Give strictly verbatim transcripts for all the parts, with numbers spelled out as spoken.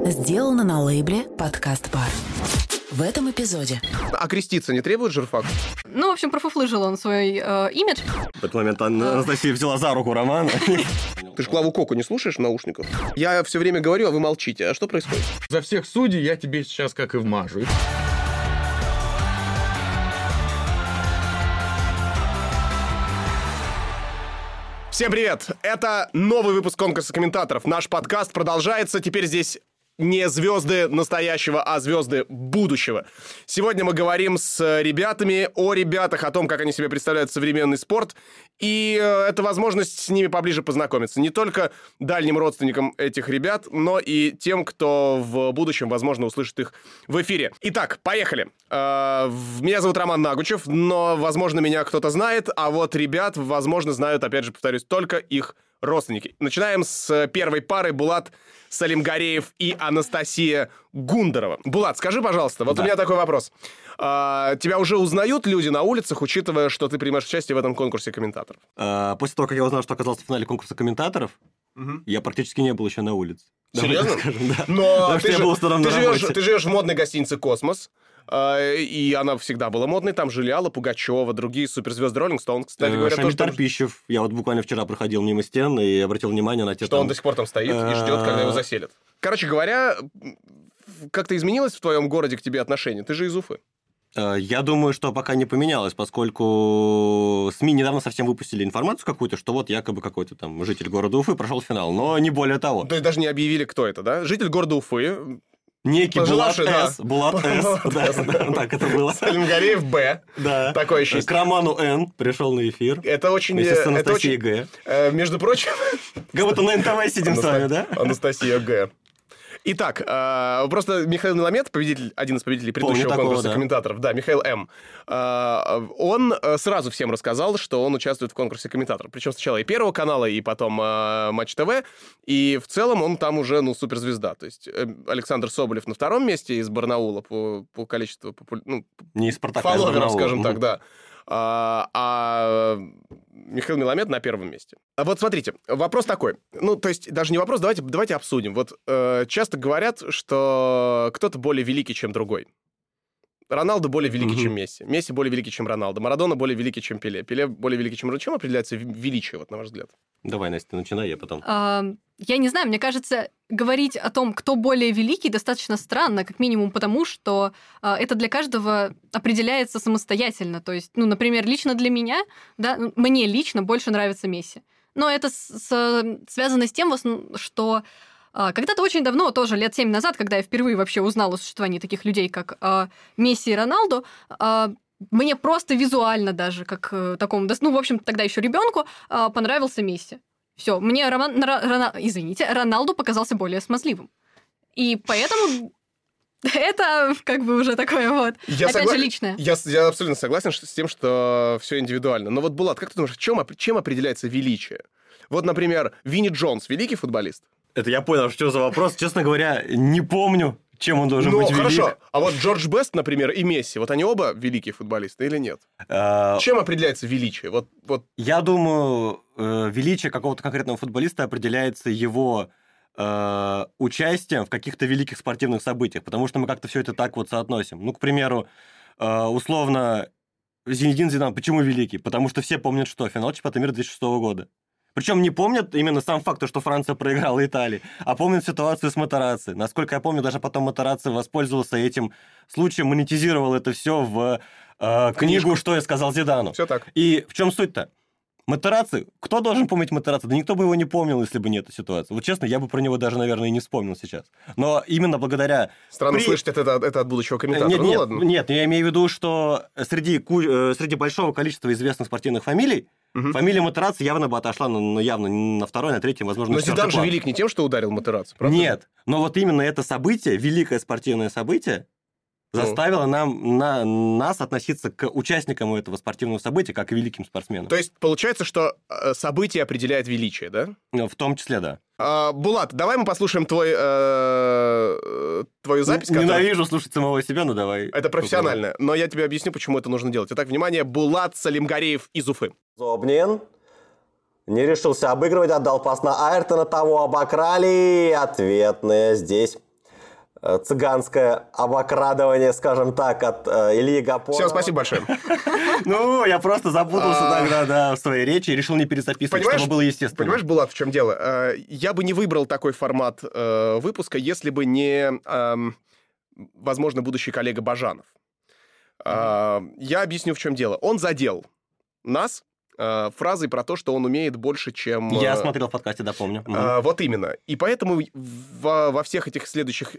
Сделано на лейбле «Подкаст Бар». В этом эпизоде. А креститься не требует журфак? Ну, в общем, профуфлыжил он свой э, имидж. В этот момент Анастасия взяла за руку Романа. Ты ж Клаву Коку не слушаешь в наушниках? Я все время говорю, а вы молчите. А что происходит? За всех судей я тебе сейчас как и вмажу. Всем привет! Это новый выпуск конкурса комментаторов. Наш подкаст продолжается. Теперь здесь не звезды настоящего, а звезды будущего. Сегодня мы говорим с ребятами о ребятах, о том, как они себе представляют современный спорт. И это возможность с ними поближе познакомиться. Не только дальним родственникам этих ребят, но и тем, кто в будущем, возможно, услышит их в эфире. Итак, поехали. Меня зовут Роман Нагучев, но, возможно, меня кто-то знает, а вот ребят, возможно, знают, опять же, повторюсь, только их родственники. Начинаем с первой пары. Булат Салимгареев и Анастасия Гундарова. Булат, скажи, пожалуйста, вот да. У меня такой вопрос. А, тебя уже узнают люди на улицах, учитывая, что ты принимаешь участие в этом конкурсе комментаторов? А, после того, как я узнал, что оказался в финале конкурса комментаторов, угу. я практически не был еще на улице. Серьезно? Скажем, да. Но ты, же, ты, живешь, ты живешь в модной гостинице «Космос», и она всегда была модной. Там жили Алла Пугачева, другие суперзвезды, Роллинг Стоунс, кстати говоря. Шамиль Торпищев. Я вот буквально вчера проходил мимо стен и обратил внимание на те... Что там... он до сих пор там стоит и ждет, когда его заселят. Короче говоря, как-то изменилось в твоем городе к тебе отношение? Ты же из Уфы. Я думаю, что пока не поменялось, поскольку СМИ недавно совсем выпустили информацию какую-то, что вот якобы какой-то там житель города Уфы прошел финал, но не более того. То есть даже не объявили, кто это, да? Житель города Уфы... Некий Булат да. С. Булат С. Да, да, так это было. Салимгареев Б. Да. Такое еще есть. К Роману Н. пришел на эфир. Это очень... Вместе с Анастасией это очень, Г. Э, между прочим... Как будто на эн тэ вэ сидим с вами, да? Анастасия Г. Итак, э, просто Михаил Меламед, победитель, один из победителей предыдущего Помню конкурса такого, да. комментаторов, да, Михаил М., э, он сразу всем рассказал, что он участвует в конкурсе комментаторов. Причем сначала и Первого канала, и потом э, Матч ТВ. И в целом он там уже, ну, суперзвезда. То есть э, Александр Соболев на втором месте из Барнаула по, по количеству... Попу... Ну, Не из Спартака, фолловеров, скажем так, да. А, а Михаил Меламед на первом месте. А вот смотрите, вопрос такой. Ну, то есть, даже не вопрос, давайте, давайте обсудим. Вот э, часто говорят, что кто-то более великий, чем другой. Роналдо более великий, mm-hmm. чем Месси. Месси более великий, чем Роналдо. Марадона более великий, чем Пеле. Пеле более великий, чем Роналдо. Чем определяется величие, вот, на ваш взгляд? Давай, Настя, ты начинай, я потом. Uh, я не знаю, мне кажется, говорить о том, кто более великий, достаточно странно, как минимум потому, что uh, это для каждого определяется самостоятельно. То есть, ну, например, лично для меня, да, мне лично больше нравится Месси. Но это с- с- связано с тем, что... Когда-то очень давно, тоже лет семь назад, когда я впервые вообще узнала о существовании таких людей, как э, Месси и Роналду, э, мне просто визуально даже, как э, такому, ну, в общем, тогда еще ребенку, э, понравился Месси. Все, мне, Роман, Рона, извините, Роналду показался более смазливым. И поэтому... Это как бы уже такое вот, я опять согла... же, личное. Я, я абсолютно согласен с тем, что все индивидуально. Но вот, Булат, как ты думаешь, чем, чем определяется величие? Вот, например, Винни Джонс – великий футболист? Это я понял, что за вопрос. Честно говоря, не помню, чем он должен ну, быть велик. Ну, хорошо. А вот Джордж Бест, например, и Месси, вот они оба великие футболисты или нет? А... Чем определяется величие? Вот, вот... Я думаю, э, величие какого-то конкретного футболиста определяется его э, участием в каких-то великих спортивных событиях, потому что мы как-то все это так вот соотносим. Ну, к примеру, э, условно, Зинедин Зидан, почему великий? Потому что все помнят, что финал чемпионата мира две тысячи шестого года. Причем не помнят именно сам факт, что Франция проиграла Италии, а помнят ситуацию с Матерацци. Насколько я помню, даже потом Матерацци воспользовался этим случаем, монетизировал это все в э, книгу «Что я сказал Зидану». Все так. И в чем суть-то? Матерацци, кто должен помнить Матерацци? Да никто бы его не помнил, если бы не эта ситуация. Вот честно, я бы про него даже, наверное, и не вспомнил сейчас. Но именно благодаря... Странно при... слышать это, это от будущего комментатора. Нет, ну, нет, ладно. нет, я имею в виду, что среди, среди большого количества известных спортивных фамилий угу. фамилия Матерацци явно бы отошла ну, явно на второй, на третий, возможно, но на четвертый Зидан же план. велик не тем, что ударил Матерацци, правда? Нет, но вот именно это событие, великое спортивное событие, заставило нам, на, нас относиться к участникам этого спортивного события как к великим спортсменам. То есть получается, что событие определяет величие, да? В том числе, да. А, Булат, давай мы послушаем твой, э, твою запись. Ненавижу которая... слушать самого себя, но давай. Это профессионально, но я тебе объясню, почему это нужно делать. Итак, внимание, Булат Салимгареев из Уфы. Зобнин не решился обыгрывать, отдал пас на Айртона, того обокрали, ответная здесь. э, цыганское обокрадывание, скажем так, от э, Ильи Гапонова. Все, спасибо большое. Ну, я просто запутался тогда, да, в своей речи и решил не перезаписывать, чтобы было естественно. Понимаешь, Булат, в чем дело? Э, Я бы не выбрал такой формат э, выпуска, если бы не, эм, возможно, будущий коллега Бажанов. Э, Я объясню, в чем дело. Он задел нас э, фразой про то, что он умеет больше, чем... э, Я смотрел в подкасте, да, помню. Мгм. э, Вот именно. И поэтому во, во всех этих следующих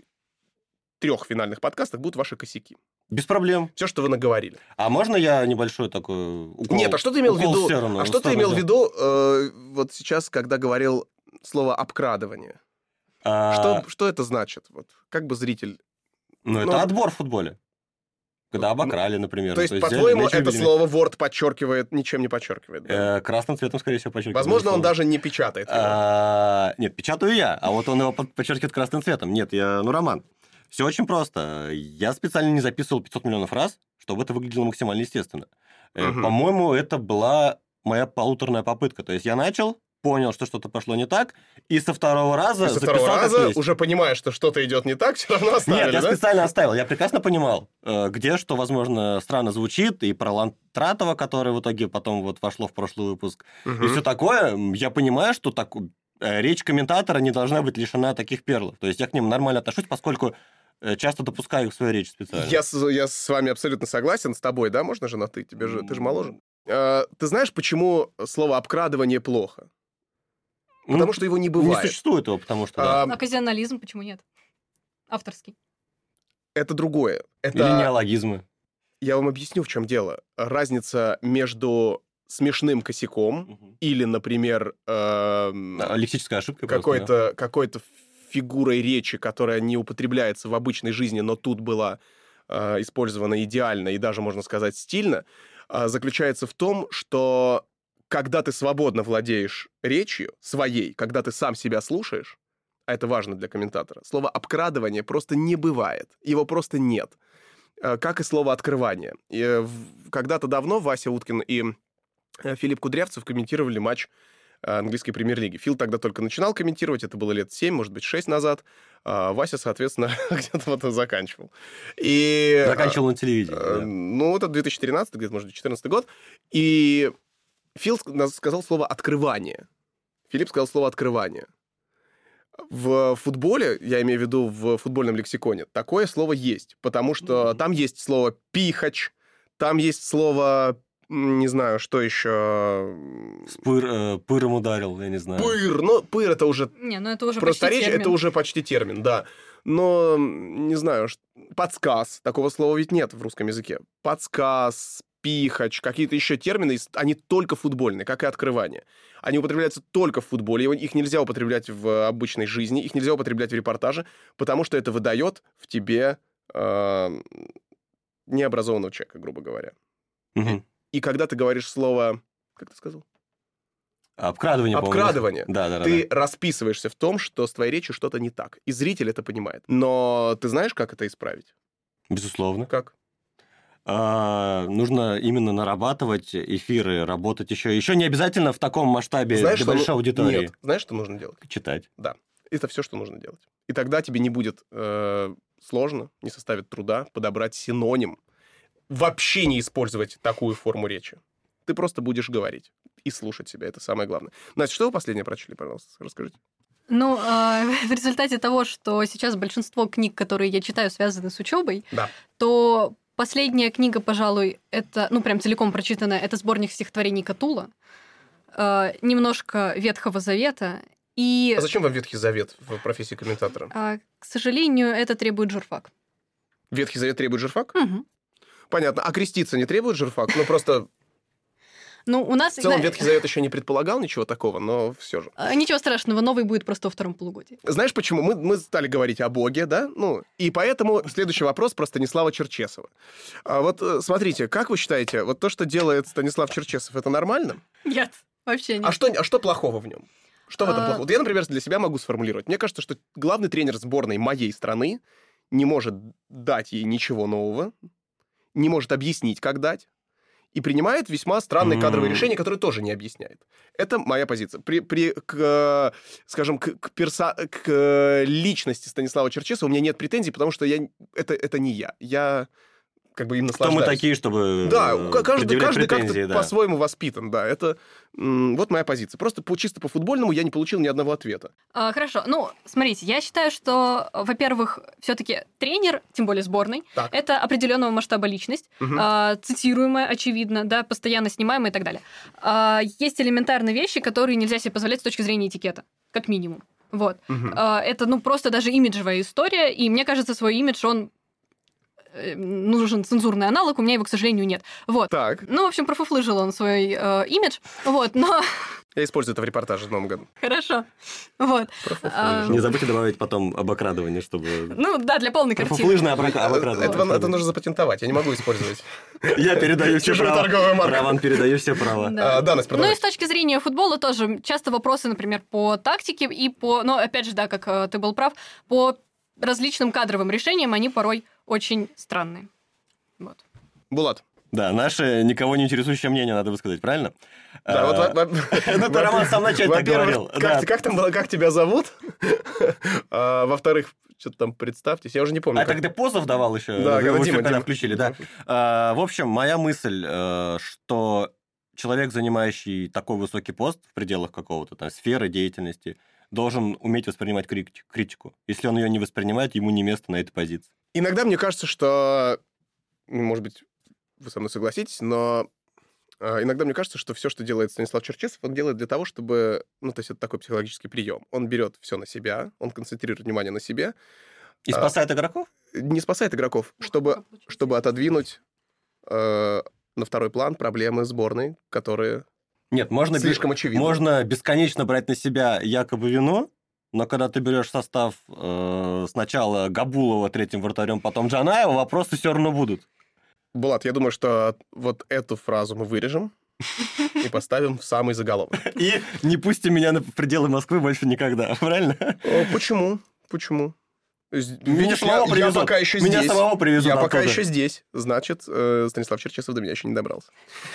трех финальных подкастах будут ваши косяки. Без проблем. Все, что вы наговорили. А можно я небольшой такой укол? Нет, а что ты имел в укол виду? сторону, А что ты сторону имел в сделал? виду э, вот сейчас, когда говорил слово обкрадывание? А, Что, что это значит? Вот, как бы зритель... Ну, это ну, отбор в футболе. Когда обокрали, например. То есть, взяли по-твоему, мяч и это вывели. слово Word подчеркивает, ничем не подчеркивает? Да? Э, Красным цветом, скорее всего, подчеркивает. Возможно, он безусловно. даже не печатает его. А, Нет, печатаю я, а вот он его под- подчеркивает красным цветом. Нет, я, ну, Роман. Все очень просто. Я специально не записывал пятьсот миллионов раз, чтобы это выглядело максимально естественно. Э, Мгм. По-моему, это была моя полуторная попытка. То есть я начал, понял, что что-то пошло не так, и со второго раза Ты со записал второго как раза, есть. уже понимаешь, что что-то идет не так, все равно оставили, Нет, я да? специально оставил. Я прекрасно понимал, э, где что, возможно, странно звучит, и про Лантратова, который в итоге потом вот вошло в прошлый выпуск, Мгм. и все такое. М, Я понимаю, что так, э, речь комментатора не должна быть лишена таких перлов. То есть я к ним нормально отношусь, поскольку э, часто допускаю их в свою речь специально. Я, с- я с вами абсолютно согласен, с тобой, да? Можно же на ты? Тебе же, ты же моложе. Э, Ты знаешь, почему слово обкрадывание плохо? Ну, Потому что его не не бывает. существует его, потому что... да. А, Оказионализм, почему нет? Авторский. Это другое. Это... Или неологизмы. Я вам объясню, в чем дело. Разница между смешным косяком Мгм. или, например, эм, А, Лексическая ошибка просто, да. какой-то, какой-то фигурой речи, которая не употребляется в обычной жизни, но тут была э, использована идеально и даже, можно сказать, стильно, э, заключается в том, что когда ты свободно владеешь речью своей, когда ты сам себя слушаешь, а это важно для комментатора, слово «обкрадывание» просто не бывает. Его просто нет. Э, Как и слово «открывание». И, э, в- когда-то давно Вася Уткин и э, Филипп Кудрявцев комментировали матч э, английской премьер-лиги. Фил тогда только начинал комментировать, это было лет семь, может быть, шесть назад. А Вася, соответственно, где-то вот заканчивал. И, Заканчивал на телевидении. э, да. Ну, это две тысячи тринадцатый, где-то, может быть, четырнадцатый год. И Фил ск- сказал слово «открывание». Филипп сказал слово «открывание». В футболе, я имею в виду в футбольном лексиконе, такое слово есть, потому что Мгм. там есть слово «пихач», там есть слово, м, не знаю, что еще... С пыр, э, пыром ударил, я не знаю. Пыр, ну, пыр это уже Не, ну это уже просто почти речь, термин. это уже почти термин, да. Но, м, не знаю, ш- подсказ, такого слова ведь нет в русском языке. Подсказ, пихач, какие-то еще термины, ис- они только футбольные, как и открывание. Они употребляются только в футболе, его- их нельзя употреблять в обычной жизни, их нельзя употреблять в репортаже, потому что это выдает в тебе э, необразованного человека, грубо говоря. Мгм. И когда ты говоришь слово... Как ты сказал? Обкрадывание, по-моему. Обкрадывание. Да, да, да. Ты расписываешься в том, что с твоей речью что-то не так. И зритель это понимает. Но ты знаешь, как это исправить? Безусловно. Как? А, нужно именно нарабатывать эфиры, работать еще. Еще не обязательно в таком масштабе Знаешь, для что большой ну- аудитории. Нет. Знаешь, что нужно делать? Читать. Это все, что нужно делать. И тогда тебе не будет э, сложно, не составит труда подобрать синоним. Вообще не использовать такую форму речи. Ты просто будешь говорить и слушать себя. Это самое главное. Настя, что вы последнее прочли, пожалуйста, расскажите. Ну, а, в результате того, что сейчас большинство книг, которые я читаю, связаны с учебой, Да. то последняя книга, пожалуй, это, ну, прям целиком прочитанная, это сборник стихотворений Катула, э, немножко Ветхого Завета, и, А зачем вам Ветхий Завет в профессии комментатора? а, к сожалению, это требует журфак. Ветхий Завет требует журфак? Мгм. Понятно. А креститься не требует журфак? Ну, просто Ну, у нас... в целом да, Ветхий Завет еще не предполагал ничего такого, но все же. а, Ничего страшного, новый будет просто во втором полугодии. Знаешь, почему? Мы, мы стали говорить о Боге, да? Ну, и поэтому следующий вопрос про Станислава Черчесова. А вот э, смотрите, как вы считаете, вот то, что делает Станислав Черчесов, это нормально? Нет, вообще нет. А что, а что плохого в нем? Что в этом А- плохого? Вот я, например, для себя могу сформулировать. Мне кажется, что главный тренер сборной моей страны не может дать ей ничего нового, не может объяснить, как дать, и принимает весьма странные кадровые М. решения, которые тоже не объясняет. Это моя позиция. При, при, к, скажем, к, к, перса, к личности Станислава Черчесова у меня нет претензий, потому что я, это, это не я. Я как бы им Кто мы наслаждаюсь. такие, чтобы Да, э, каждый, предъявлять каждый претензии, как-то да. по-своему воспитан, да. Это м, вот моя позиция. Просто по, чисто по футбольному я не получил ни одного ответа. А, хорошо. Ну, смотрите, я считаю, что, во-первых, все-таки тренер, тем более сборной, Так. это определенного масштаба личность, Мгм. а, цитируемая, очевидно, да, постоянно снимаемая и так далее. А, есть элементарные вещи, которые нельзя себе позволять с точки зрения этикета, как минимум. Вот. Мгм. А, это, ну, просто даже имиджевая история, и мне кажется, свой имидж, он э, нужен цензурный аналог, у меня его, к сожалению, нет. Вот. Так, Ну, в общем, профуфлыжил он свой э, имидж, вот, но я использую это в репортаже в новом году. хорошо, вот. А, Не забудьте добавить потом обокрадывание, чтобы... Ну, да, для полной картины. Профуфлыжное обра- Это, обокрадывание. это нужно запатентовать, я не могу использовать. Я передаю все Чужую права. торговую марку. Раван, передаю все права. Да. А, Данность, Ну и продавай. с точки зрения футбола тоже часто вопросы, например, по тактике и по, ну, опять же, да, как э, ты был прав, по различным кадровым решениям, они порой очень странные. Вот. Булат. Да, наше никого не интересующее мнение надо высказать, правильно? Да, А, вот, во- во- Ну, ты, Роман, в самом начале так во-первых, говорил. Как, Да. те- как, там, было- как тебя зовут? А, во-вторых, что-то там представьтесь, я уже не помню. А как- тогда позов давал еще? Да, Вы когда в Дима, эфир когда Дима. включили, да. А, В общем, моя мысль, э, что человек, занимающий такой высокий пост в пределах какого-то там сферы деятельности, должен уметь воспринимать крити- критику. Если он ее не воспринимает, ему не место на этой позиции. Иногда мне кажется, что, ну, может быть, вы со мной согласитесь, но а, иногда мне кажется, что все, что делает Станислав Черчесов, он делает для того, чтобы, ну, то есть это такой психологический прием. Он берет все на себя, он концентрирует внимание на себе, И А, спасает игроков? не спасает игроков, чтобы, чтобы отодвинуть э, на второй план проблемы сборной, которые Нет, можно, бе- слишком очевидны. можно бесконечно брать на себя якобы вину, но когда ты берешь состав э, сначала Габулова третьим вратарем, потом Джанаева, вопросы все равно будут. Булат, я думаю, что вот эту фразу мы вырежем и поставим в самый заголовок. И не пусти меня на пределы Москвы больше никогда, правильно? О, Почему? Почему? З- Меня Видишь, я, самого я привезут. пока еще Меня здесь. самого привезут Я пока оттуда. еще здесь. Значит, э, Станислав Черчесов до меня еще не добрался.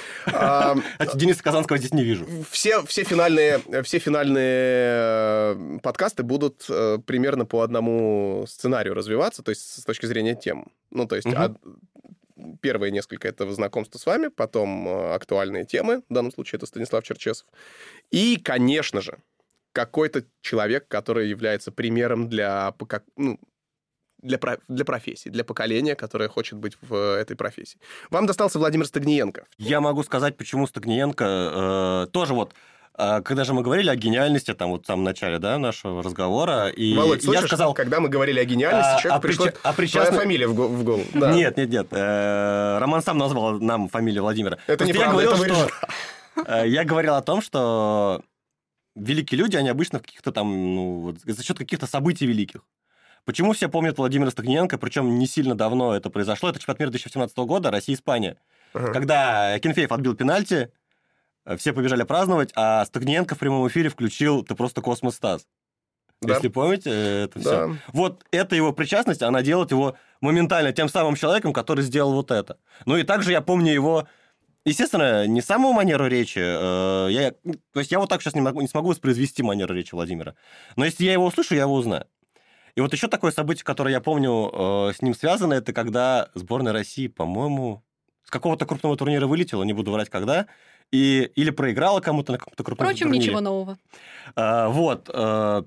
А, А Дениса Казанского здесь не вижу. Все, все финальные, все финальные э, подкасты будут э, примерно по одному сценарию развиваться, то есть с точки зрения тем. Ну, то есть Мгм. од- первые несколько — это знакомство с вами, потом э, актуальные темы, в данном случае это Станислав Черчесов. И, конечно же, какой-то человек, который является примером для, пока- ну, для, про- для профессии, для поколения, которое хочет быть в этой профессии. Вам достался Владимир Стагниенко. Я могу сказать, почему Стагниенко э, тоже вот, э, когда же мы говорили о гениальности, там вот в самом начале, да, нашего разговора, и Володь, я слышишь, сказал... когда мы говорили о гениальности, А, человеку а пришла прича- а твоя причастны- фамилия в, го- в голову. Да. Нет, нет, нет. э, Роман сам назвал нам фамилию Владимира. Это Просто я неправда, говорил, это вырежем. что, э, я говорил о том, что великие люди, они обычно в каких-то там, ну, вот за счет каких-то событий великих. Почему все помнят Владимира Стагниенко, причем не сильно давно это произошло, это чемпионат мира две тысячи семнадцатого года, Россия-Испания. Ага. Когда Акинфеев отбил пенальти, э, все побежали праздновать, а Стагниенко в прямом эфире включил «Ты просто космос, Стас». Да. Если помните, э, это все. Да. Вот эта его причастность, она делает его моментально тем самым человеком, который сделал вот это. Ну и также я помню его, естественно, не самую манеру речи. э, я, то есть я вот так сейчас не, могу, не смогу воспроизвести манеру речи Владимира. Но если я его услышу, я его узнаю. И вот еще такое событие, которое я помню, э, с ним связано, это когда сборная России, по-моему, с какого-то крупного турнира вылетела, не буду врать когда, и, или проиграла кому-то на каком-то крупном Впрочем, турнире. ничего нового. А, вот. а,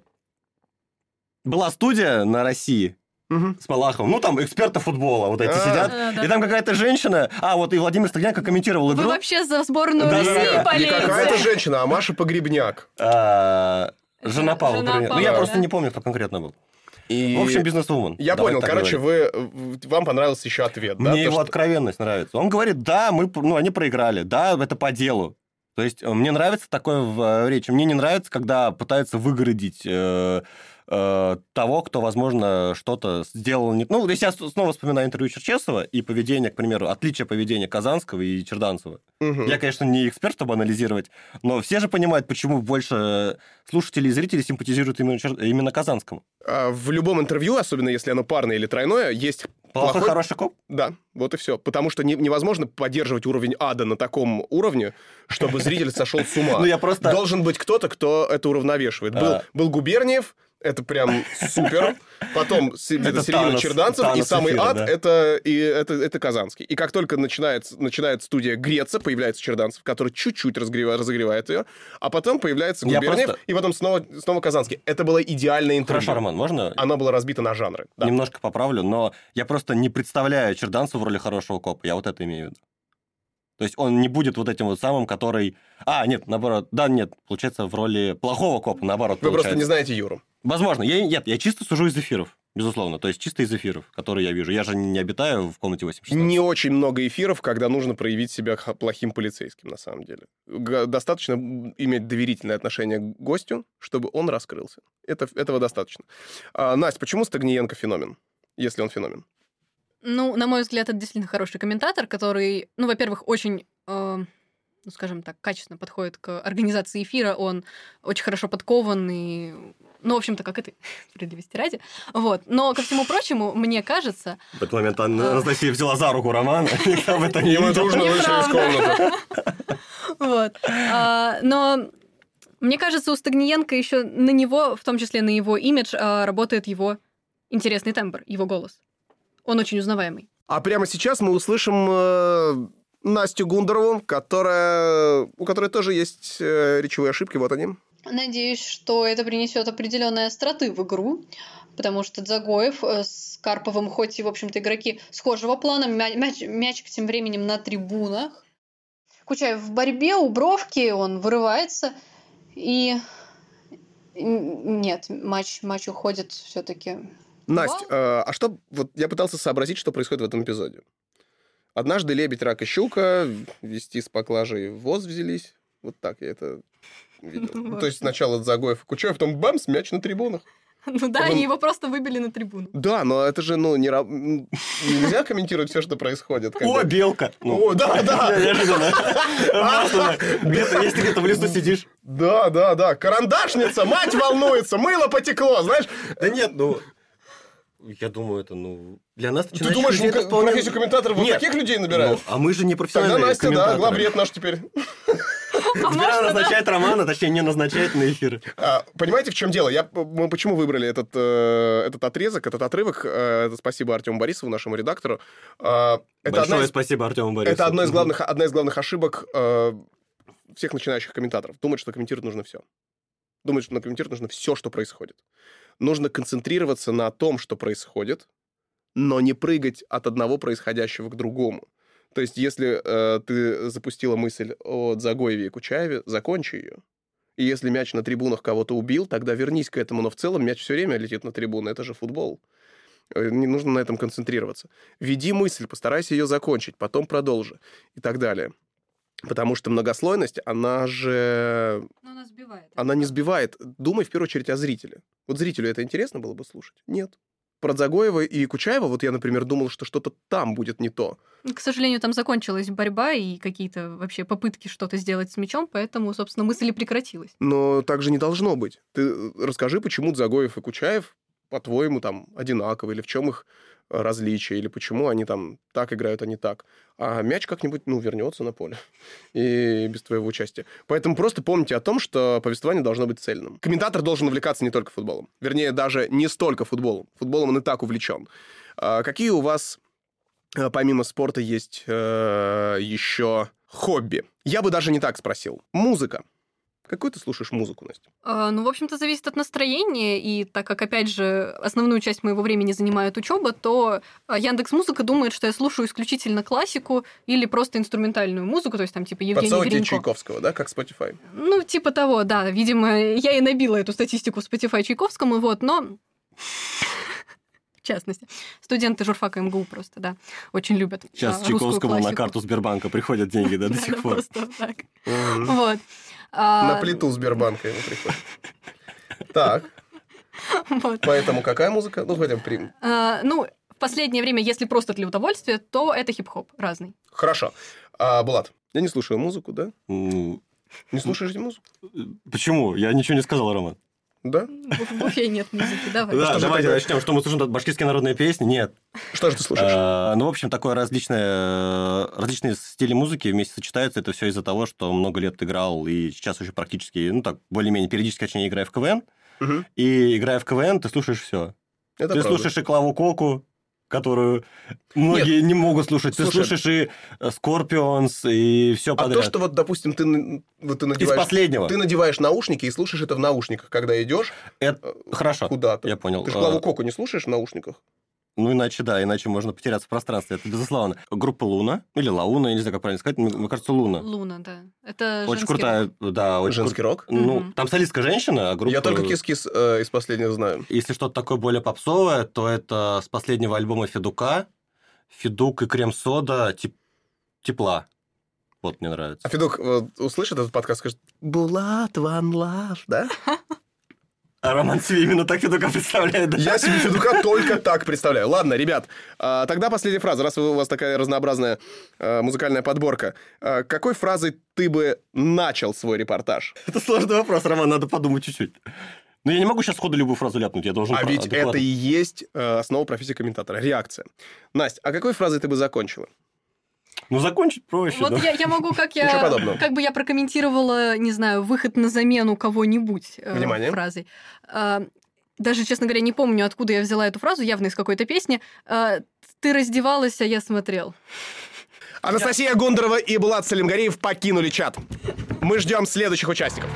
была студия на России Мгм. с Малаховым. Ну, там эксперты футбола вот эти А. сидят. Да, да. И там какая-то женщина... А, вот и Владимир Стагниенко комментировал Вы игру. вообще за сборную Да, России да, да. Не болеете? какая-то женщина, а Маша Погребняк. А, жена Павла. Жена например. Ну, Павла, я да. просто не помню, кто конкретно был. И... В общем, бизнес-вумен. Я Давай понял, так короче, говорить. вы, вам понравился еще ответ, да? Мне То, его что- откровенность нравится. Он говорит, да, мы, ну, они проиграли, да, это по делу. То есть э, мне нравится такое в э, речи. Мне не нравится, когда пытаются выгородить э, э, того, кто, возможно, что-то сделал не... Ну, то есть я с- снова вспоминаю интервью Черчесова и поведение, к примеру, отличие поведения Казанского и Черданцева. Мгм. Я, конечно, не эксперт, чтобы анализировать, но все же понимают, почему больше слушателей и зрителей симпатизируют именно, Чер- именно Казанскому. А в любом интервью, особенно если оно парное или тройное, есть Плохой, хороший коп? Да, вот и все. Потому что не- невозможно поддерживать уровень ада на таком уровне, чтобы зритель сошел с ума. Ну, я просто... Должен быть кто-то, кто это уравновешивает. Был, А. был Губерниев, это прям супер. Потом с- где-то Это середина Танос- Черданцев, и Танос самый эфира, ад да. это, и это, это Казанский. И как только начинается, начинает студия греться, появляется Черданцев, который чуть-чуть разогревает, разогревает ее, а потом появляется Я Губерниев, просто- и потом снова, снова Казанский. Это было идеальное интервью. Хорошо, Роман, можно Оно было разбито на жанры. Да. немножко поправлю, но я просто не представляю Черданцева в роли хорошего копа. Я вот это имею в виду. То есть он не будет вот этим вот самым, который... А, нет, наоборот. Да, нет, получается, в роли плохого копа, наоборот, Вы получается. просто не знаете Юру. Возможно. Я, нет, я чисто сужу из эфиров, безусловно. То есть чисто из эфиров, которые я вижу. Я же не обитаю в комнате восемь шестнадцать. Не очень много эфиров, когда нужно проявить себя х- плохим полицейским, на самом деле. Г- Достаточно иметь доверительное отношение к гостю, чтобы он раскрылся. Это, этого достаточно. А, Настя, почему Стагниенко феномен, если он феномен? Ну, на мой взгляд, это действительно хороший комментатор, который, ну, во-первых, очень, э, ну, скажем так, качественно подходит к организации эфира. Он очень хорошо подкован и, ну, в общем-то, как это, справедливости ради. Вот. Но, ко всему прочему, мне кажется... В этот момент Анастасия взяла за руку Романа, и там это не И мы видел. дружно вышли из Неправда. комнаты. Вот. А, Но мне кажется, у Стагниенко еще на него, в том числе на его имидж, а, работает его интересный тембр, его голос. Он очень узнаваемый. А прямо сейчас мы услышим э, Настю Гундарову, которая, у которой тоже есть э, речевые ошибки. Вот они. Надеюсь, что это принесет определенной остроты в игру, потому что Дзагоев э, с Карповым, хоть и, в общем-то, игроки схожего плана, мя- мяч, мячик тем временем на трибунах. Кучаев в борьбе, у бровки, он вырывается, и н- нет, матч, матч уходит все-таки. Настя, э, а что... Вот я пытался сообразить, что происходит в этом эпизоде. Однажды лебедь, рак и щука вести с поклажей в ВОЗ взялись. Вот так я это видел. Ну, то есть сначала Дзагоев и Кучаев, потом бамс, мяч на трибунах. Ну да, Он- они его просто выбили на трибуну. Да, но это же, ну, не ра- м, нельзя комментировать все, что происходит. когда- О, белка! Ну, О, да, да. неожиданно. Просто где-то, если где-то в лесу сидишь. Да, да, да. Карандашница, мать волнуется, мыло потекло, знаешь. Да нет, ну... Я думаю, это, ну... Для нас Ты думаешь, людей в это ко- вполне- профессию комментатора вот Нет. таких людей набирают? Ну, а мы же не Тогда профессиональные Настя, да, комментаторы. главред наш теперь. А Тебя может, да? назначает Романа, точнее, не назначает на эфиры. А, понимаете, в чем дело? Я, мы почему выбрали этот, э, этот отрезок, этот отрывок? Э, это спасибо Артему Борисову, нашему редактору. А, это, одна Большое из, спасибо Артему Борисову. это одно из главных, одна из главных ошибок э, всех начинающих комментаторов. Думать, что комментировать нужно все. Думать, что комментировать нужно все, что происходит. Нужно концентрироваться на том, что происходит, но не прыгать от одного происходящего к другому. То есть, если э, ты запустила мысль о Дзагоеве и Кучаеве, закончи ее. И если мяч на трибунах кого-то убил, тогда вернись к этому. Но в целом мяч все время летит на трибуны. Это же футбол. Э, Не нужно на этом концентрироваться. Веди мысль, постарайся ее закончить, потом продолжи и так далее. Потому что многослойность, она же... Но она сбивает. Она не сбивает. Думай в первую очередь о зрителе. Вот зрителю это интересно было бы слушать? Нет. Про Дзагоева и Кучаева, вот я, например, думал, что что-то там будет не то. К сожалению, там закончилась борьба и какие-то вообще попытки что-то сделать с мячом, поэтому, собственно, мысль и прекратилась. Но так же не должно быть. Ты расскажи, почему Дзагоев и Кучаев, по-твоему, там, одинаковы, или в чем их различия, или почему они там так играют, а не так. А мяч как-нибудь, ну, вернется на поле. И без твоего участия. Поэтому просто помните о том, что повествование должно быть цельным. Комментатор должен увлекаться не только футболом. Вернее, даже не столько футболом. Футболом он и так увлечен. А какие у вас, а, помимо спорта, есть э, еще хобби? Я бы даже не так спросил. Музыка. Какую ты слушаешь музыку, Настя? А, ну, в общем-то, зависит от настроения, и так как, опять же, основную часть моего времени занимает учеба, то Яндекс.Музыка думает, что я слушаю исключительно классику или просто инструментальную музыку, то есть там типа Евгений Подсовывайте Гринько. Чайковского, да, как Spotify? Ну, типа того, да. Видимо, я и набила эту статистику в Spotify Чайковскому, вот, но... В частности. Студенты журфака МГУ просто, да, очень любят Сейчас а, русскую Чайковскому на классику. карту Сбербанка приходят деньги, да, до сих Да, пор. просто вот так. Мгм. Вот. А, На плиту Сбербанка ему приходит. Так, вот. поэтому какая музыка? Ну, хотя бы прим. А, ну, в последнее время, если просто для удовольствия, то это хип-хоп разный. Хорошо. А, Булат, я не слушаю музыку, да? Ну, Не слушаешь музыку? почему? Я ничего не сказал, Роман. Да? В буфе нет музыки, давай. Да, Что же давайте такое? начнем. Что мы слушаем башкирские народные песни? Нет. Что же ты слушаешь? А, Ну, в общем, такое различное, различные стили музыки вместе сочетаются. Это все из-за того, что много лет играл и сейчас уже практически, ну так, более-менее периодически, точнее, играю в КВН. Мгм. И играя в КВН, ты слушаешь все. Это Ты правда. слушаешь и Клаву Коку, которую многие не могут слушать. Ты Слушай. слушаешь и Скорпионс, и все А подряд. то, что вот, допустим, ты, н- вот ты Из надеваешь... последнего. Ты надеваешь наушники и слушаешь это в наушниках, когда идешь Это... Хорошо, куда-то. я понял. Ты же А, Клаву Коку не слушаешь в наушниках? Ну, иначе, да, иначе можно потеряться в пространстве. Это безусловно. Группа Луна, или Лауна, я не знаю, как правильно сказать, мне мне кажется, Луна. Луна, да. Это Очень женский крутая, да, очень Женский рок? крут- Ну, Мгм. там солистка женщина, а группа... Я только Кис-Кис э, из последних знаю. Если что-то такое более попсовое, то это с последнего альбома Федука. Федук и Крем-сода теп- тепла. Вот мне нравится. А Федук вот, услышит этот подкаст, скажет «Булат, one love», да? А Роман себе именно так Федука представляет, да? Я себе Федука только так представляю. Ладно, ребят, а, тогда последняя фраза, раз у вас такая разнообразная а, музыкальная подборка. А, Какой фразой ты бы начал свой репортаж? Это сложный вопрос, Роман, надо подумать чуть-чуть. Но я не могу сейчас сходу любую фразу ляпнуть, я должен... А ведь адекватно. это и есть э, основа профессии комментатора. Реакция. Настя, а какой фразой ты бы закончила? Ну, закончить проще, Вот да? я, я могу, как Ничего я, подобного. как бы я прокомментировала, не знаю, выход на замену кого-нибудь э, Внимание. фразой. А, даже, честно говоря, не помню, откуда я взяла эту фразу, явно из какой-то песни. А, ты раздевалась, а я смотрел. Анастасия Гондорова и Булат Салимгариев покинули чат. Мы ждем следующих участников.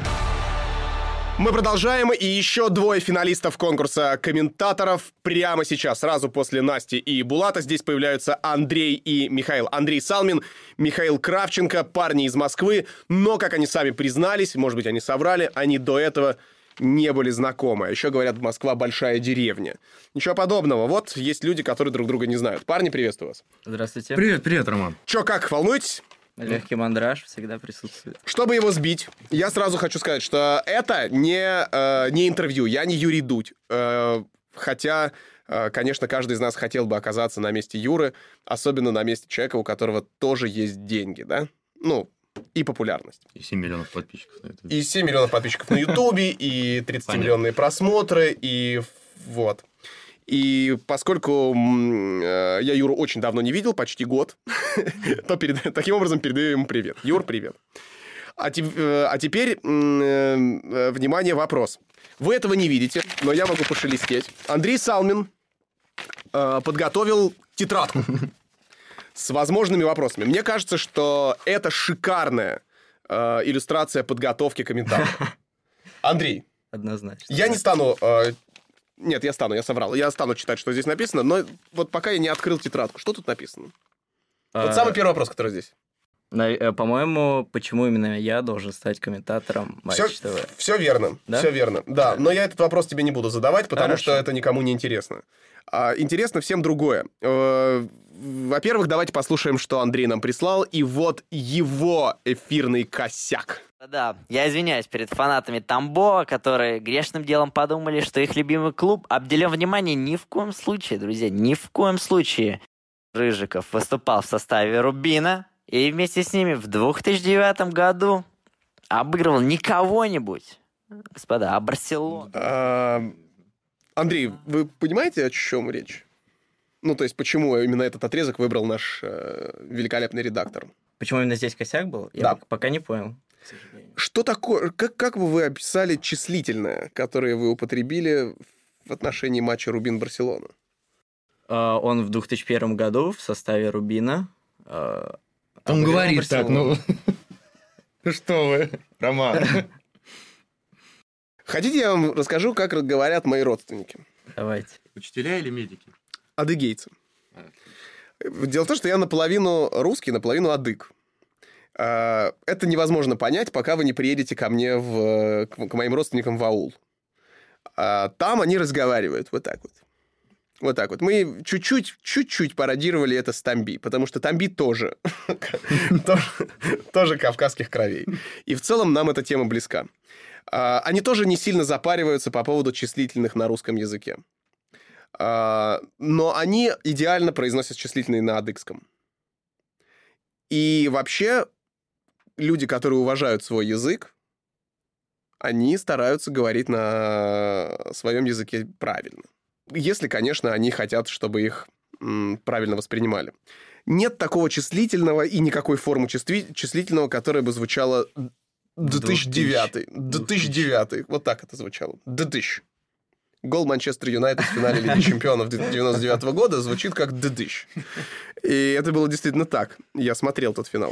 Мы продолжаем, и еще двое финалистов конкурса комментаторов прямо сейчас, сразу после Насти и Булата. Здесь появляются Андрей и Михаил. Андрей Салмин, Михаил Кравченко, парни из Москвы. Но, как они сами признались, может быть, они соврали, они до этого не были знакомы. А еще говорят, Москва большая деревня. Ничего подобного. Вот есть люди, которые друг друга не знают. Парни, приветствую вас. Здравствуйте. Привет, привет, Роман. Че, как, волнуетесь? Легкий мандраж всегда присутствует. Чтобы его сбить, я сразу хочу сказать, что это не, э, не интервью, я не Юрий Дудь. Э, хотя, э, конечно, каждый из нас хотел бы оказаться на месте Юры, особенно на месте человека, у которого тоже есть деньги, да? Ну, и популярность. И семь миллионов подписчиков на YouTube. И семь миллионов подписчиков на Ютубе, и тридцатимиллионные просмотры, и вот. И поскольку м, э, я Юру очень давно не видел, почти год, то перед- таким образом передаю ему привет. Юр, привет. А, те- э, а теперь, м, э, внимание, вопрос. Вы этого не видите, но я могу пошелестеть. Андрей Салмин э, подготовил тетрадку с возможными вопросами. Мне кажется, что это шикарная э, иллюстрация подготовки комментаторов. Андрей, Однозначно. я не стану... э, Нет, я стану, я соврал. Я стану читать, что здесь написано, но вот пока я не открыл тетрадку. Что тут написано? Вот А, самый первый вопрос, который здесь. на- э, По-моему, почему именно я должен стать комментатором Матч Все, ТВ? все верно, Да? все верно. Да, но я этот вопрос тебе не буду задавать, потому Хорошо. что это никому не интересно. А, интересно всем другое. Э, Во-первых, давайте послушаем, что Андрей нам прислал, и вот его эфирный косяк. Да, я извиняюсь перед фанатами Тамбова, которые грешным делом подумали, что их любимый клуб обделен вниманием. Ни в коем случае, друзья, ни в коем случае. Рыжиков выступал в составе Рубина и вместе с ними в две тысячи девятом году обыгрывал не кого-нибудь, господа, а Барселону. А, Андрей, вы понимаете, о чем речь? Ну, то есть, почему именно этот отрезок выбрал наш э, великолепный редактор? Почему именно здесь косяк был? Я Да. пок- пока не понял. к сожалению. Что такое, как, как бы вы описали числительное, которое вы употребили в отношении матча Рубин-Барселона? А, Он в две тысячи первом году в составе Рубина. а, Он обыграл говорит так, ну... Барселону. Ну что вы, Роман? Хотите, я вам расскажу, как говорят мои родственники? Давайте. Учителя или медики? Адыгейцы. Дело в том, что я наполовину русский, наполовину адык. А, Это невозможно понять, пока вы не приедете ко мне, в, к, к моим родственникам в аул. А Там они разговаривают вот так вот. Вот так вот. Мы чуть-чуть, чуть-чуть пародировали это с Тамби, потому что Тамби тоже, тоже, тоже кавказских кровей. И в целом нам эта тема близка. А, Они тоже не сильно запариваются по поводу числительных на русском языке. А, Но они идеально произносят числительные на адыгском. И вообще люди, которые уважают свой язык, они стараются говорить на своем языке правильно. Если, конечно, они хотят, чтобы их м, правильно воспринимали. Нет такого числительного и никакой формы числи- числительного, которая бы звучала две тысячи девятый. две тысячи девятый. Вот так это звучало. две тысячи. Гол Манчестер Юнайтед в финале Лиги Чемпионов девяносто девятого года звучит как две тысячи. И это было действительно так. Я смотрел тот финал.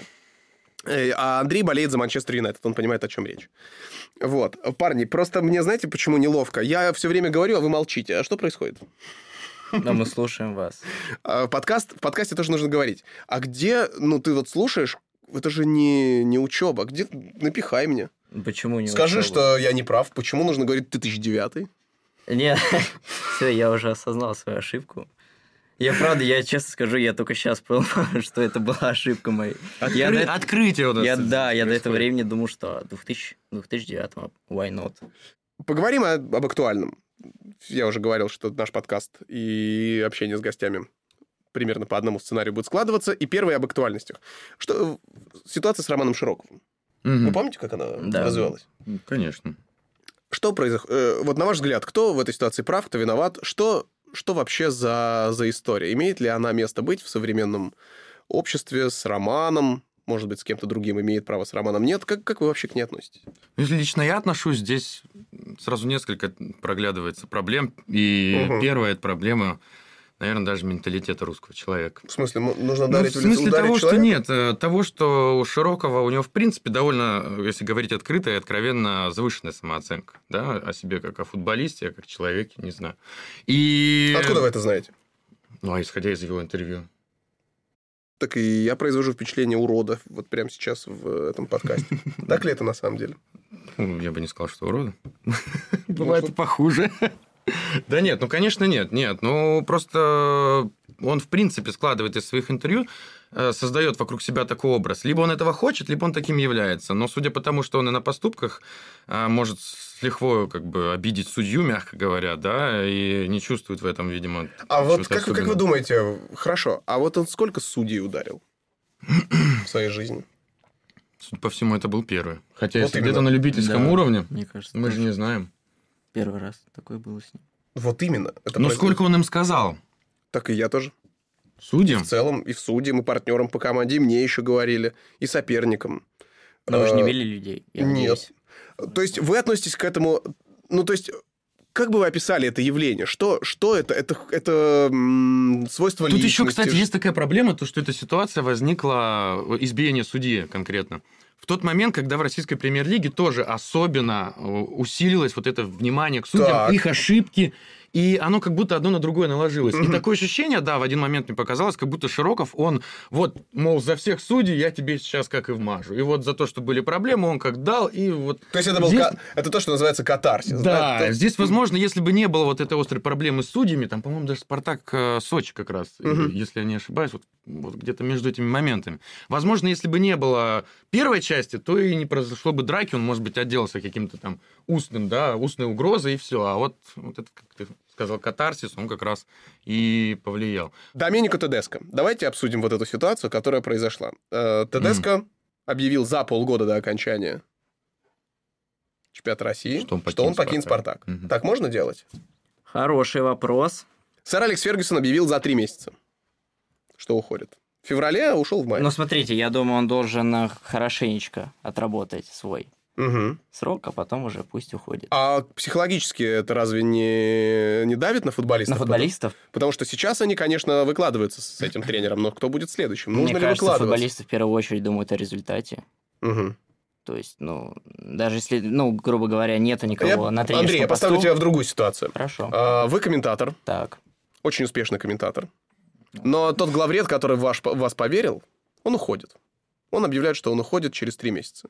А Андрей болеет за Манчестер Юнайтед. Он понимает, о чем речь. Вот. Парни, просто мне, знаете, почему неловко? Я все время говорю, а вы молчите. А что происходит? Но мы слушаем вас. Подкаст, в подкасте тоже нужно говорить. А где, ну, ты вот слушаешь, это же не, не учеба. Где напихай мне? Почему не Скажи, учеба? что я не прав. Почему нужно говорить две тысячи девятый? Нет, все, я уже осознал свою ошибку. Я, правда, я честно скажу, я только сейчас понял, что это была ошибка моя. Откры... Я до... Открытие у нас. Я, да, я происходит. до этого времени думал, что две тысячи девятый, why not? Поговорим о- об актуальном. Я уже говорил, что наш подкаст и общение с гостями примерно по одному сценарию будет складываться. И первое об актуальностях. Что ситуация с Романом Широковым. Мгм. Вы помните, как она Да. развивалась? Конечно. Что произошло? Вот на ваш взгляд, кто в этой ситуации прав, кто виноват? Что, что вообще за, за история? Имеет ли она место быть в современном обществе с Романом? Может быть, с кем-то другим имеет право, с Романом нет? Как, как вы вообще к ней относитесь? Если лично я отношусь, здесь сразу несколько проглядывается проблем. И Мгм. первая это проблема, наверное, даже менталитета русского человека. В смысле, м- нужно Ну, ударить в в лицо, смысле ударить того, что человека? нет, э, того, что у Широкого, у него, в принципе, довольно, если говорить открыто и откровенно, завышенная самооценка, да, о себе как о футболисте, как человеке, не знаю. И... Откуда вы это знаете? Ну, а исходя из его интервью. Так и я произвожу впечатление урода вот прямо сейчас в этом подкасте. Так ли это на самом деле? Ну, я бы не сказал, что урода. Бывает и похуже. Да нет, ну, конечно, нет, нет. Ну, просто он, в принципе, складывает из своих интервью, э, создает вокруг себя такой образ. Либо он этого хочет, либо он таким является. Но судя по тому, что он и на поступках э, может с лихвой как бы обидеть судью, мягко говоря, да, и не чувствует в этом, видимо, А вот чего-то как, как вы особенного. думаете, хорошо, а вот он сколько судей ударил в своей жизни? Судя по всему, это был первый. Хотя, Вот если именно. где-то на любительском Да. уровне, Мне кажется, мы же тоже не знаем. первый раз такое было с ним. Вот именно. Это Ну, происходит. сколько он им сказал? Так и я тоже. Судьям? В целом, и в судьям, и партнерам по команде, и мне еще говорили, и соперникам. Но вы же не Э, били людей, я Нет. надеюсь. То есть вы относитесь к этому... Ну, то есть... Как бы вы описали это явление? Что, что это? Это, это м, свойство Тут личности? еще, кстати, есть такая проблема, то, что эта ситуация возникла, избиение судьи конкретно, в тот момент, когда в российской премьер-лиге тоже особенно э, усилилось вот это внимание к судьям, Так. их ошибки, и оно как будто одно на другое наложилось. И Мгм. такое ощущение, да, в один момент мне показалось, как будто Широков, он вот, мол, за всех судей я тебе сейчас как и вмажу. И вот за то, что были проблемы, он как дал, и вот... То есть это, был здесь- ка- это то, что называется катарсис. Да, То- здесь, возможно, если бы не было вот этой острой проблемы с судьями, там, по-моему, даже Спартак э, Сочи как раз, Мгм. если я не ошибаюсь, вот, вот где-то между этими моментами. Возможно, если бы не было первой части, то и не произошло бы драки, он, может быть, отделался каким-то там устным, да, устной угрозой, и все. А вот, вот это, как ты сказал, катарсис, он как раз и повлиял. Доменико Тедеско. Давайте обсудим вот эту ситуацию, которая произошла. Э, Тедеско объявил за полгода до окончания чемпионата России, Что он что покинет он покинет «Спартак». Спартак. Мгм. Так можно делать? Хороший вопрос. Сэр Алекс Фергюсон объявил за три месяца, что уходит. В феврале ушел в мае. Ну, смотрите, я думаю, он должен э, хорошенечко отработать свой Мгм. срок, а потом уже пусть уходит. А психологически это разве не, не давит на футболистов? На футболистов? Потому, потому что сейчас они, конечно, выкладываются с этим тренером, но кто будет следующим? Нужно Мне ли кажется, выкладываться? футболисты в первую очередь думают о результате. Мгм. То есть, ну, даже если, ну, грубо говоря, нету никого Я- на тренерском Андрей, я поставлю посту. тебя в другую ситуацию. Хорошо. А, Вы комментатор, Так. очень успешный комментатор. Но тот главред, который в ваш, в вас поверил, он уходит. Он объявляет, что он уходит через три месяца.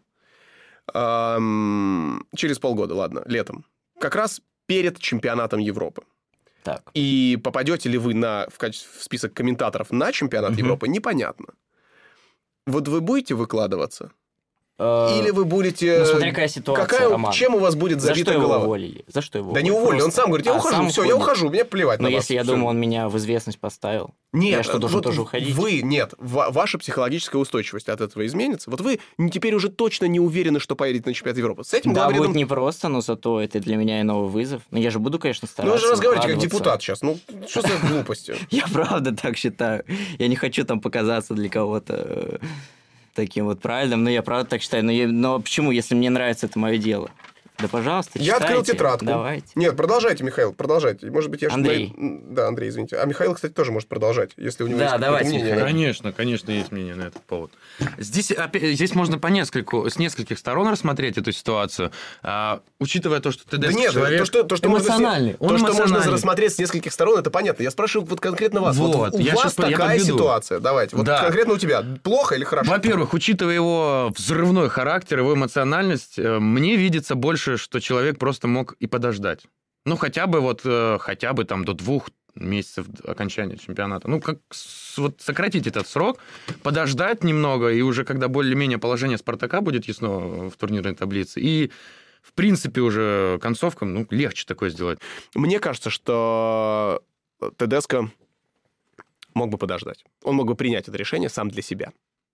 Ам, через полгода, ладно, летом. Как раз перед чемпионатом Европы. Так. И попадете ли вы на, в, качестве, в список комментаторов на чемпионат Мгм. Европы, непонятно. Вот вы будете выкладываться? Или вы будете... Ну, смотри, какая ситуация, Какая... Роман. Чем у вас будет За забита что его голова? уволили? За что его Да не уволили? уволили, он Просто. сам говорит, я А, ухожу, сам все, я уходит. ухожу, мне плевать Но на вас. если я Всё. думаю, он меня в известность поставил, Нет, я что, должен вот тоже уходить? Вы, нет, ва- ваша психологическая устойчивость от этого изменится. Вот вы не- теперь уже точно не уверены, что поедете на чемпионат Европы. С этим Да, главредом... будет непросто, но зато это для меня и новый вызов. Но я же буду, конечно, Ну, стараться. вы же разговариваете как выкладываться. депутат сейчас. Ну, что за глупости? Я правда так считаю. Я не хочу там показаться для кого-то э, таким вот правильным, но я правда так считаю. Но, я- но почему, если мне нравится, это мое дело? Да, пожалуйста, Я открыл читайте. тетрадку. Давайте. Нет, продолжайте, Михаил, продолжайте. Может быть, я... что-то Андрей. на- Да, Андрей, извините. А Михаил, кстати, тоже может продолжать, если у него Да, есть какое-то давайте, мнение. Михаил. Конечно, конечно, есть мнение на этот повод. Здесь, опять- здесь можно по нескольку, с нескольких сторон рассмотреть эту ситуацию, а, учитывая то, что ты Да нет, человек то, что, то, что можно, эмоциональный. с- Он то, что можно эмоциональный. рассмотреть с нескольких сторон, это понятно. Я спрашиваю вот конкретно вас. Вот, Вот, у я вас щас по- я такая подведу. ситуация. Давайте. Вот Да. конкретно у тебя. Плохо или хорошо? Во-первых, учитывая его взрывной характер, его эмоциональность, э, мне видится больше, что человек просто мог и подождать. Ну, хотя бы вот, э, хотя бы там до двух месяцев до окончания чемпионата. Ну, как с- вот сократить этот срок, подождать немного, и уже когда более-менее положение «Спартака» будет ясно в турнирной таблице, и в принципе уже концовка, ну, легче такое сделать. Мне кажется, что Тедеско мог бы подождать. Он мог бы принять это решение сам для себя.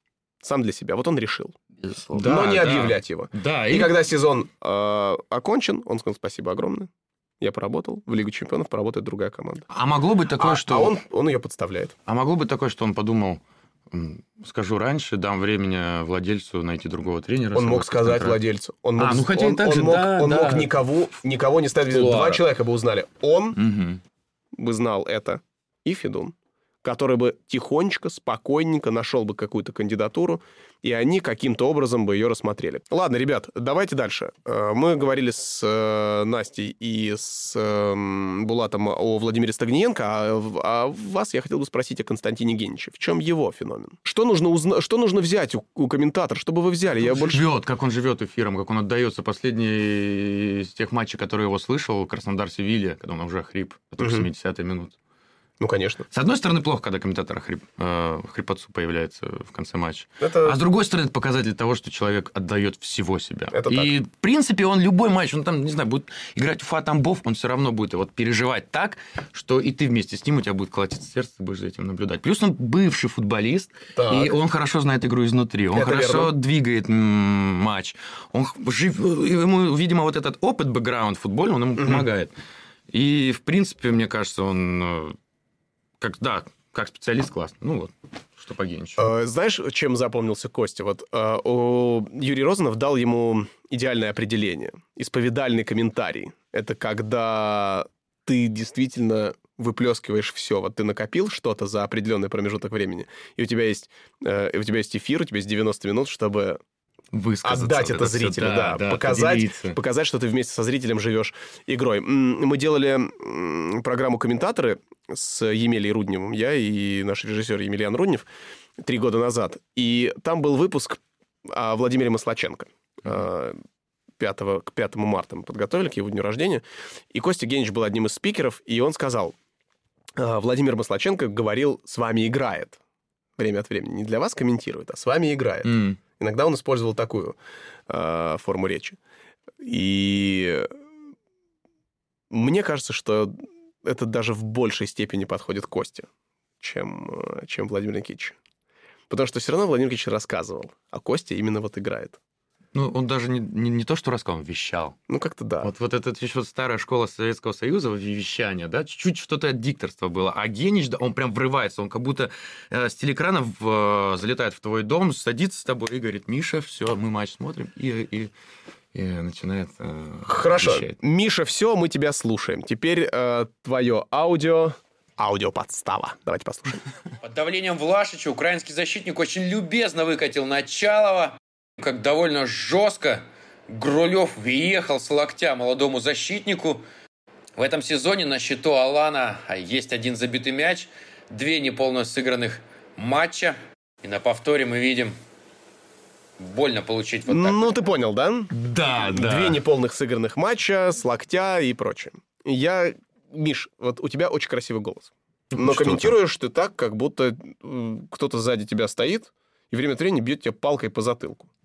Сам для себя. Вот он решил. Безусловно. Да, но не да. объявлять его. Да, И когда сезон э, окончен, он сказал спасибо огромное. Я поработал. В Лигу чемпионов поработает другая команда. А могло быть такое, а, что... а он, он ее подставляет. А могло быть такое, что он подумал, м, скажу раньше, дам времени владельцу найти другого тренера. Он мог согласен сказать контракт. владельцу. Он мог, А, ну, хотя и он, так он же, мог, да, он да. мог никого, никого не ставить. Клара. Два человека бы узнали. Он Мгм. бы знал это и Федун, который бы тихонечко, спокойненько нашел бы какую-то кандидатуру, и они каким-то образом бы ее рассмотрели. Ладно, ребят, давайте дальше. Э, Мы говорили с э, Настей и с э, Булатом о Владимире Стагниенко, а, в- а вас я хотел бы спросить о Константине Гениче. В чем его феномен? Что нужно, узна- что нужно взять у, у комментатора, чтобы вы взяли? Я больше... Живет, как он живет эфиром, как он отдается. Последний из тех матчей, которые его слышал, Краснодар-Севилья, когда он уже охрип, это уже Мгм. семидесятая минута. Ну, конечно. С одной стороны, плохо, когда комментатор хрип, э, хрипотцу появляется в конце матча. Это... А с другой стороны, это показатель того, что человек отдает всего себя. Это и, в принципе, он любой матч, он там, не знаю, будет играть Уфа Тамбов, он все равно будет вот переживать так, что и ты вместе с ним, у тебя будет колотиться сердце, ты будешь за этим наблюдать. Плюс он бывший футболист, Так. и он хорошо знает игру изнутри, он Это хорошо верно. двигает м, матч. Он жив... Ему, видимо, вот этот опыт, бэкграунд футбольный, он ему Мгм. помогает. И, в принципе, мне кажется, он... э, Как, да, как специалист классно. Ну вот, что по Геничу. Э, Знаешь, чем запомнился Костя? Вот э, у- Юрий Розанов дал ему идеальное определение. Исповедальный комментарий. Это когда ты действительно выплескиваешь все. Вот ты накопил что-то за определенный промежуток времени, и у тебя есть, э, и у тебя есть эфир, у тебя есть девяносто минут, чтобы Высказаться. отдать это всё, зрителю, да, да, показать, поделиться. показать, что ты вместе со зрителем живешь игрой. М, Мы делали м, программу «Комментаторы» с Емелей Рудневым, я и наш режиссер Емельян Руднев, три года назад. И там был выпуск о Владимире Маслаченко. Э, пятого к пятому марта мы подготовили к его дню рождения. И Костя Генич был одним из спикеров, и он сказал, э, Владимир Маслаченко говорил, с вами играет. Время от времени. Не для вас комментирует, а с вами играет. М. Иногда он использовал такую э, форму речи. И мне кажется, что это даже в большей степени подходит Косте, чем, э, чем Владимир Никитич. Потому что все равно Владимир Никитич рассказывал, а Костя именно вот играет. Ну, он даже не, не, не то, что рассказал, он вещал. Ну, как-то да. Вот, вот это еще вот старая школа Советского Союза, вещания, да, чуть-чуть что-то от дикторства было. А Генич, да, он прям врывается, он как будто э, с телекрана в, э, залетает в твой дом, садится с тобой и говорит, Миша, все, мы матч смотрим, и, и, и начинает э, Хорошо. вещать. Миша, все, мы тебя слушаем. Теперь э, твое аудио... Аудиоподстава. Давайте послушаем. Под давлением Влашича украинский защитник очень любезно выкатил Началова. Как довольно жестко Гролев въехал с локтя молодому защитнику. В этом сезоне на счету Алана есть один забитый мяч, две неполно сыгранных матча. И на повторе мы видим, больно получить вот так. Ну, ты понял, да? Да, да. Две неполных сыгранных матча, с локтя и прочее. Я... Миш, вот у тебя очень красивый голос. Но Что комментируешь ты так, как будто э, кто-то сзади тебя стоит и время от времени бьет тебя палкой по затылку.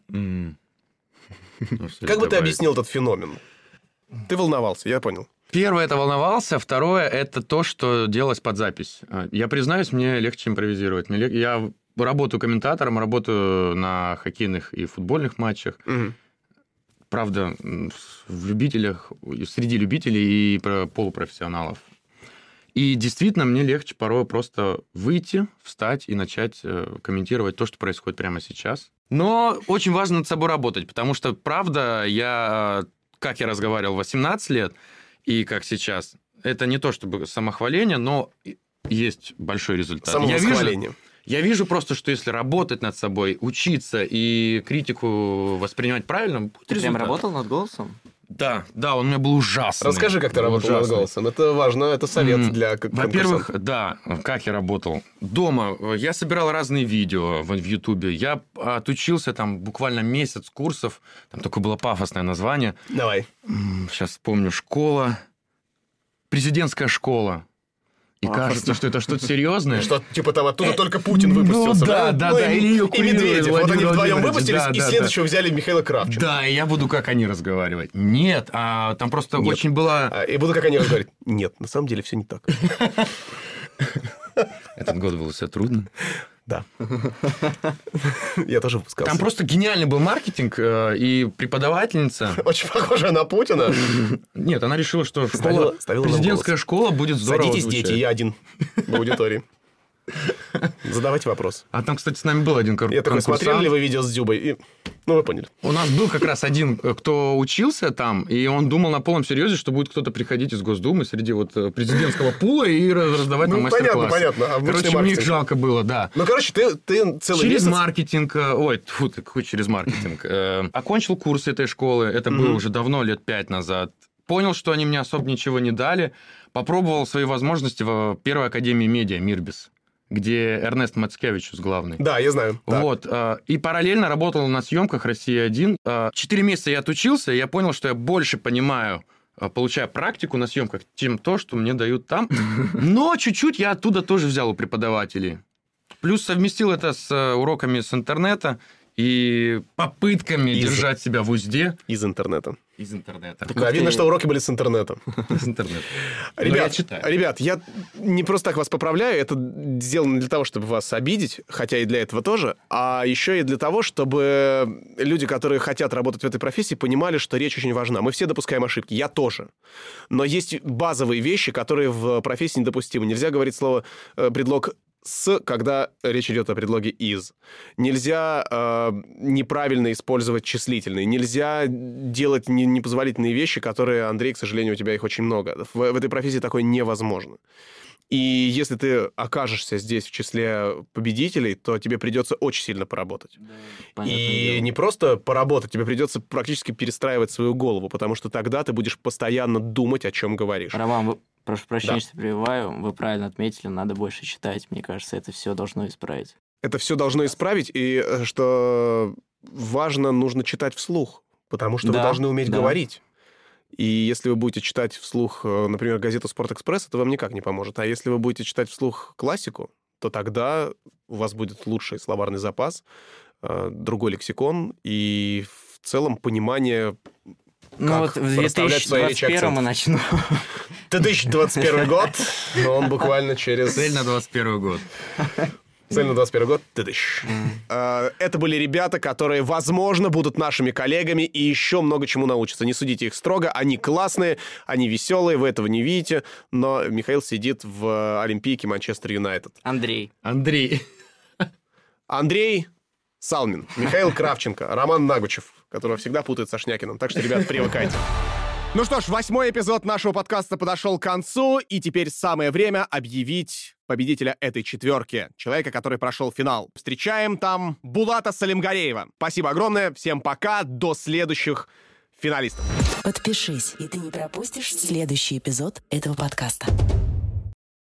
Mm. Ну, как бы ты объяснил этот феномен? Ты волновался, я понял. Первое, это волновался. Второе, это то, что делалось под запись. Я признаюсь, мне легче импровизировать. Мне лег... Я работаю комментатором, работаю на хоккейных и футбольных матчах. Угу. Правда, в любителях, среди любителей и полупрофессионалов. И действительно, мне легче порой просто выйти, встать и начать комментировать то, что происходит прямо сейчас. Но очень важно над собой работать, потому что, правда, я... Как я разговаривал в восемнадцать лет и как сейчас, это не то чтобы самохваление, но есть большой результат. Самовосхваление. Я вижу, я вижу просто, что если работать над собой, учиться и критику воспринимать правильно, будет Ты результат. прям работал над голосом? Да, да, он у меня был ужасный. Расскажи, как ты работал над голосом. Это важно, это совет mm, для конкурсантов. Во-первых, да, как я работал. Дома я собирал разные видео в Ютубе. Я отучился там буквально месяц курсов. Там такое было пафосное название. Давай. Сейчас вспомню. Школа. Президентская школа. И Пафосно. Кажется, что это что-то серьезное. Что, типа, там оттуда только Путин выпустился, ну, да? Да, ну, да, и, и, и Медведев. Вот они вдвоем выпустились, да, и да, следующего да. взяли Михаила Кравченко. Да, и я буду как они разговаривать. Нет, а там просто Нет. очень была... А, и буду как они разговаривать. Нет, на самом деле все не так. Этот год был все трудно. Да. Я тоже выпускался. Там просто гениальный был маркетинг, и преподавательница... Очень похожая на Путина. Нет, она решила, что школа, Ставила, ставила президентская школа будет здорово Садитесь, звучать. дети, я один в аудитории. Задавайте вопрос. А там, кстати, с нами был один кор- Я такой, конкурсант. смотрели ли вы видео с Дзюбой? И... Ну, вы поняли. У нас был как раз один, кто учился там, и он думал на полном серьезе, что будет кто-то приходить из Госдумы среди вот президентского пула и раздавать Ну, нам мастер-классы. понятно, понятно. Обычный Короче, мне их маркетинг. жалко было, да. Ну, короче, ты, ты целый Через месяц... маркетинг, э, ой, тьфу, ты, какой через маркетинг. Э, Окончил курс этой школы, это было уже давно, лет пять назад. Понял, что они мне особо ничего не дали. Попробовал свои возможности в Первой академии медиа «Мирбис», где Эрнест Мацкевичус главный. Да, я знаю. Так. Вот. И параллельно работал на съемках «Россия-один». Четыре месяца я отучился, и я понял, что я больше понимаю, получая практику на съемках, чем то, что мне дают там. Но чуть-чуть я оттуда тоже взял у преподавателей. Плюс совместил это с уроками с интернета и попытками Из... держать себя в узде. Из интернета. Из интернета. Так, а видно, что уроки были с интернета. Из интернета. Ребят, я ребят, я не просто так вас поправляю, это сделано для того, чтобы вас обидеть, хотя и для этого тоже, а еще и для того, чтобы люди, которые хотят работать в этой профессии, понимали, что речь очень важна. Мы все допускаем ошибки, я тоже. Но есть базовые вещи, которые в профессии недопустимы. Нельзя говорить слово, предлог «с», когда речь идет о предлоге «из». Нельзя э, неправильно использовать числительные. Нельзя делать не, непозволительные вещи, которые, Андрей, к сожалению, у тебя их очень много. В, в этой профессии такое невозможно. И если ты окажешься здесь в числе победителей, то тебе придется очень сильно поработать. Да, и дело. Не просто поработать, тебе придется практически перестраивать свою голову, потому что тогда ты будешь постоянно думать, о чем говоришь. Роман, вы... Прошу прощения, да. что перебиваю. Вы правильно отметили, надо больше читать. Мне кажется, это все должно исправить. Это все должно исправить, и что важно, нужно читать вслух, потому что да, вы должны уметь да. говорить. И если вы будете читать вслух, например, газету «Спортэкспресс», это вам никак не поможет. А если вы будете читать вслух классику, то тогда у вас будет лучший словарный запас, другой лексикон и в целом понимание... Ну вот в две тысячи двадцать первом мы начнем. две тысячи двадцать первый год, но он буквально через... Цель на двадцать первый год. Цель на двадцать первый год. Mm. Это были ребята, которые, возможно, будут нашими коллегами и еще много чему научатся. Не судите их строго, они классные, они веселые, вы этого не видите, но Михаил сидит в Олимпийке Манчестер Юнайтед. Андрей. Андрей. Андрей Салмин, Михаил Кравченко, Роман Нагучев, которого всегда путают со Шнякиным. Так что, ребят, привыкайте. Ну что ж, восьмой эпизод нашего подкаста подошел к концу, и теперь самое время объявить победителя этой четверки. Человека, который прошел финал. Встречаем там Булата Салимгареева. Спасибо огромное, всем пока, до следующих финалистов. Подпишись, и ты не пропустишь следующий эпизод этого подкаста.